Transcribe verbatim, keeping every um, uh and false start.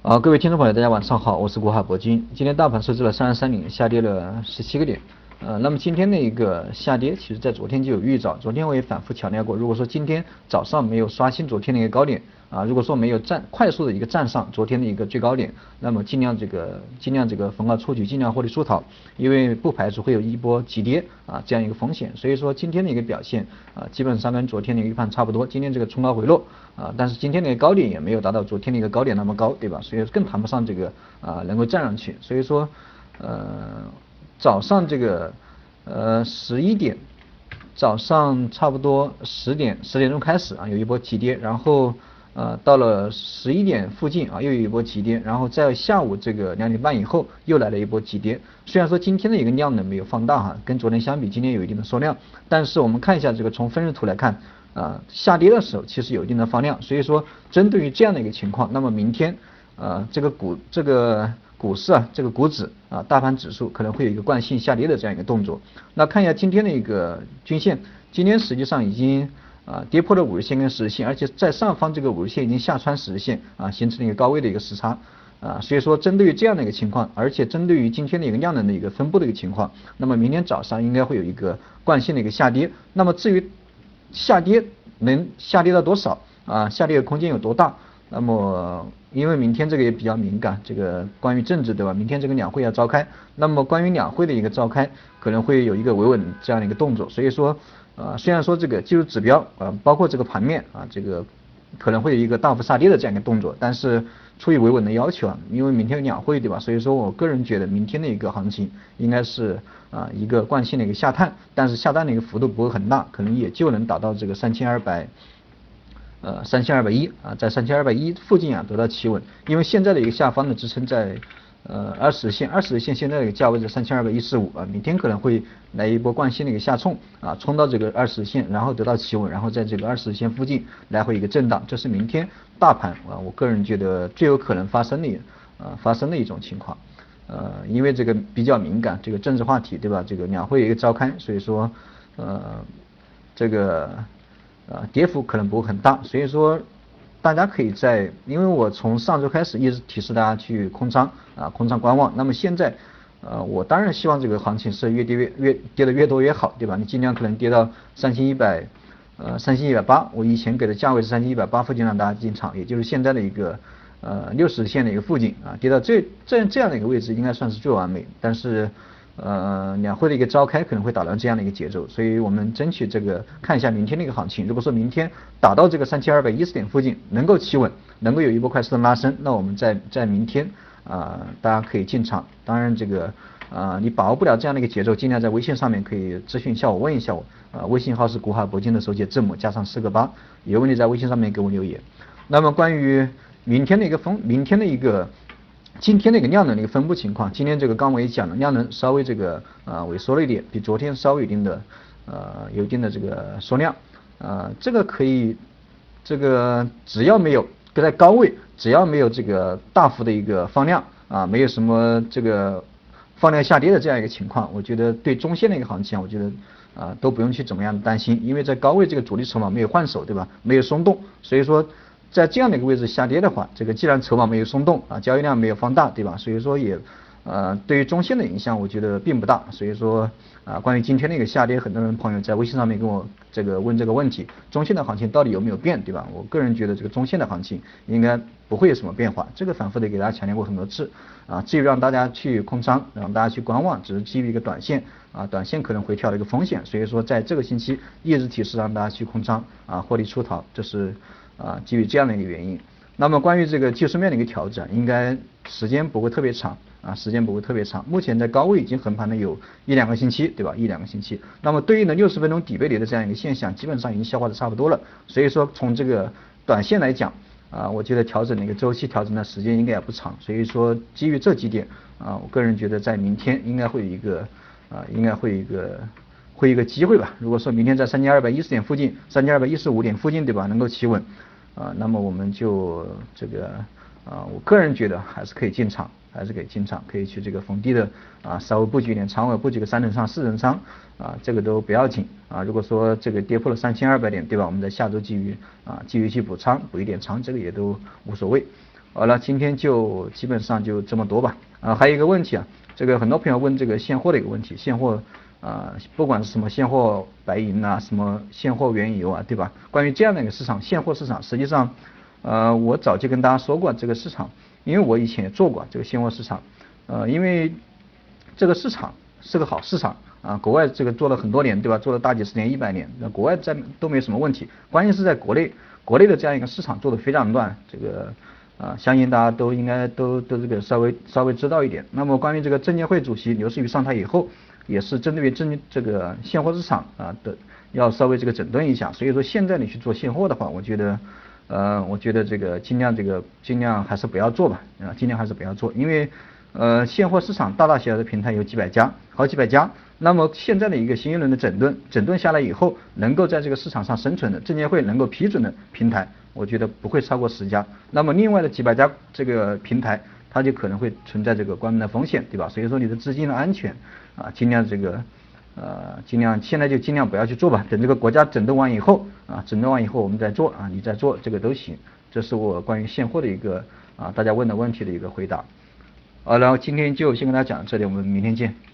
好，各位听众朋友，大家晚上好，我是国海铂金。今天大盘收至了三十三点，下跌了十七个点。呃，那么今天的一个下跌，其实在昨天就有预兆。昨天我也反复强调过，如果说今天早上没有刷新昨天的一个高点啊，如果说没有站快速的一个站上昨天的一个最高点，那么尽量这个尽量这个逢高出局，尽量获利出逃，因为不排除会有一波急跌啊这样一个风险。所以说今天的一个表现啊，基本上跟昨天的预判差不多。今天这个冲高回落啊，但是今天的一个高点也没有达到昨天的一个高点那么高，对吧？所以更谈不上这个啊能够站上去。所以说呃早上这个。呃，十一点，早上差不多十点十点钟开始啊，有一波急跌，然后呃到了十一点附近啊，又有一波急跌，然后在下午这个两点半以后又来了一波急跌。虽然说今天的一个量呢没有放大哈，跟昨天相比，今天有一定的缩量，但是我们看一下这个从分时图来看啊，下跌的时候其实有一定的放量，所以说针对于这样的一个情况，那么明天啊这个股这个。股市啊，这个股指啊，大盘指数可能会有一个惯性下跌的这样一个动作。那看一下今天的一个均线，今天实际上已经啊跌破了五日线跟十日线，而且在上方这个五日线已经下穿十日线啊，形成了一个高位的一个时差啊。所以说，针对于这样的一个情况，而且针对于今天的一个量能的一个分布的一个情况，那么明天早上应该会有一个惯性的一个下跌。那么至于下跌能下跌到多少啊，下跌的空间有多大？那么，因为明天这个也比较敏感，这个关于政治对吧？明天这个两会要召开，那么关于两会的一个召开，可能会有一个维稳这样的一个动作。所以说，呃，虽然说这个技术指标啊，包括这个盘面啊，这个可能会有一个大幅杀跌的这样一个动作，但是出于维稳的要求啊，因为明天有两会对吧？所以说我个人觉得明天的一个行情应该是啊一个惯性的一个下探，但是下探的一个幅度不会很大，可能也就能达到这个三千二百。呃，三千二百一啊，在三千二百一附近啊得到企稳，因为现在的一个下方的支撑在呃二十日线，二十日线现在的一个价位在三千二百一十五啊，明天可能会来一波惯性的一个下冲啊，冲到这个二十日线，然后得到企稳，然后在这个二十日线附近来回一个震荡，这是明天大盘啊，我个人觉得最有可能发生的啊发生的一种情况。呃，因为这个比较敏感，这个政治话题对吧？这个两会一个召开，所以说呃这个。啊，跌幅可能不会很大，所以说大家可以在，因为我从上周开始一直提示大家去空仓啊，空仓观望。那么现在，呃，我当然希望这个行情是越跌越越跌的越多越好，对吧？你尽量可能跌到三千一百，呃，三千一百八，我以前给的价位是三千一百八附近让大家进场，也就是现在的一个呃六十线的一个附近啊，跌到这这这样的一个位置应该算是最完美，但是。呃，两会的一个召开可能会打乱这样的一个节奏，所以我们争取这个看一下明天的一个行情。如果说明天打到这个三千二百一十点附近能够企稳，能够有一波快速的拉升，那我们在在明天啊、呃，大家可以进场。当然这个啊、呃，你把握不了这样的一个节奏，尽量在微信上面可以咨询一下我，问一下我。啊、呃，微信号是国海铂金的首写字母加上四个八，有问题在微信上面给我留言。那么关于明天的一个风，明天的一个。今天的一个量能的一个分布情况，今天这个刚我也讲了，量能稍微这个呃萎缩了一点，比昨天稍微有一定的呃有一定的这个缩量，呃这个可以这个只要没有在高位，只要没有这个大幅的一个放量啊，没有什么这个放量下跌的这样一个情况，我觉得对中线的一个行情，我觉得啊都不用去怎么样的担心，因为在高位这个主力筹码没有换手，对吧？没有松动，所以说。在这样的一个位置下跌的话，这个既然筹码没有松动啊，交易量没有放大，对吧？所以说也呃对于中线的影响，我觉得并不大。所以说啊，关于今天的一个下跌，很多人朋友在微信上面跟我这个问这个问题，中线的行情到底有没有变，对吧？我个人觉得这个中线的行情应该不会有什么变化，这个反复的给大家强调过很多次啊。至于让大家去空仓，让大家去观望，只是基于一个短线啊，短线可能回调的一个风险。所以说在这个星期一直提示让大家去空仓啊，获利出逃，这是。啊，基于这样的一个原因，那么关于这个技术面的一个调整，应该时间不会特别长啊，时间不会特别长。目前在高位已经横盘了有一两个星期，对吧？一两个星期。那么对应的六十分钟底背离的这样一个现象，基本上已经消化的差不多了。所以说从这个短线来讲，啊，我觉得调整的一个周期调整的时间应该也不长。所以说基于这几点啊，我个人觉得在明天应该会有一个啊，应该会有一个。会有一个机会吧。如果说明天在三千二百一十点附近、三千二百一十五点附近，对吧，能够企稳，啊，那么我们就这个啊，我个人觉得还是可以进场，还是可以进场，可以去这个逢低的啊，稍微布局一点长尾，布局个三成仓、四成仓啊，这个都不要紧啊。如果说这个跌破了三千二百点，对吧，我们在下周基于啊，基于去补仓，补一点仓，这个也都无所谓。 好了，今天就基本上就这么多吧。啊，还有一个问题啊，这个很多朋友问这个现货的一个问题，现货啊、呃，不管是什么现货白银啊，什么现货原油啊，对吧？关于这样的一个市场，现货市场，实际上，呃，我早就跟大家说过这个市场，因为我以前也做过这个现货市场，呃，因为这个市场是个好市场啊，国外这个做了很多年，对吧？做了大几十年、一百年，那国外在都没什么问题，关键是在国内，国内的这样一个市场做的非常乱，这个。啊，相信大家都应该都都这个稍微稍微知道一点。那么关于这个证监会主席刘士余上台以后，也是针对于证这个现货市场啊的要稍微这个整顿一下。所以说现在你去做现货的话，我觉得呃我觉得这个尽量这个尽量还是不要做吧，啊尽量还是不要做，因为呃现货市场大大小小的平台有几百家，好几百家。那么现在的一个新一轮的整顿，整顿下来以后，能够在这个市场上生存的证监会能够批准的平台，我觉得不会超过十家。那么另外的几百家这个平台，它就可能会存在这个关门的风险，对吧？所以说你的资金的安全啊，尽量这个呃尽量现在就尽量不要去做吧。等这个国家整顿完以后啊，整顿完以后我们再做啊，你再做这个都行。这是我关于现货的一个啊大家问的问题的一个回答。好，然后今天就先跟大家讲到这里，我们明天见。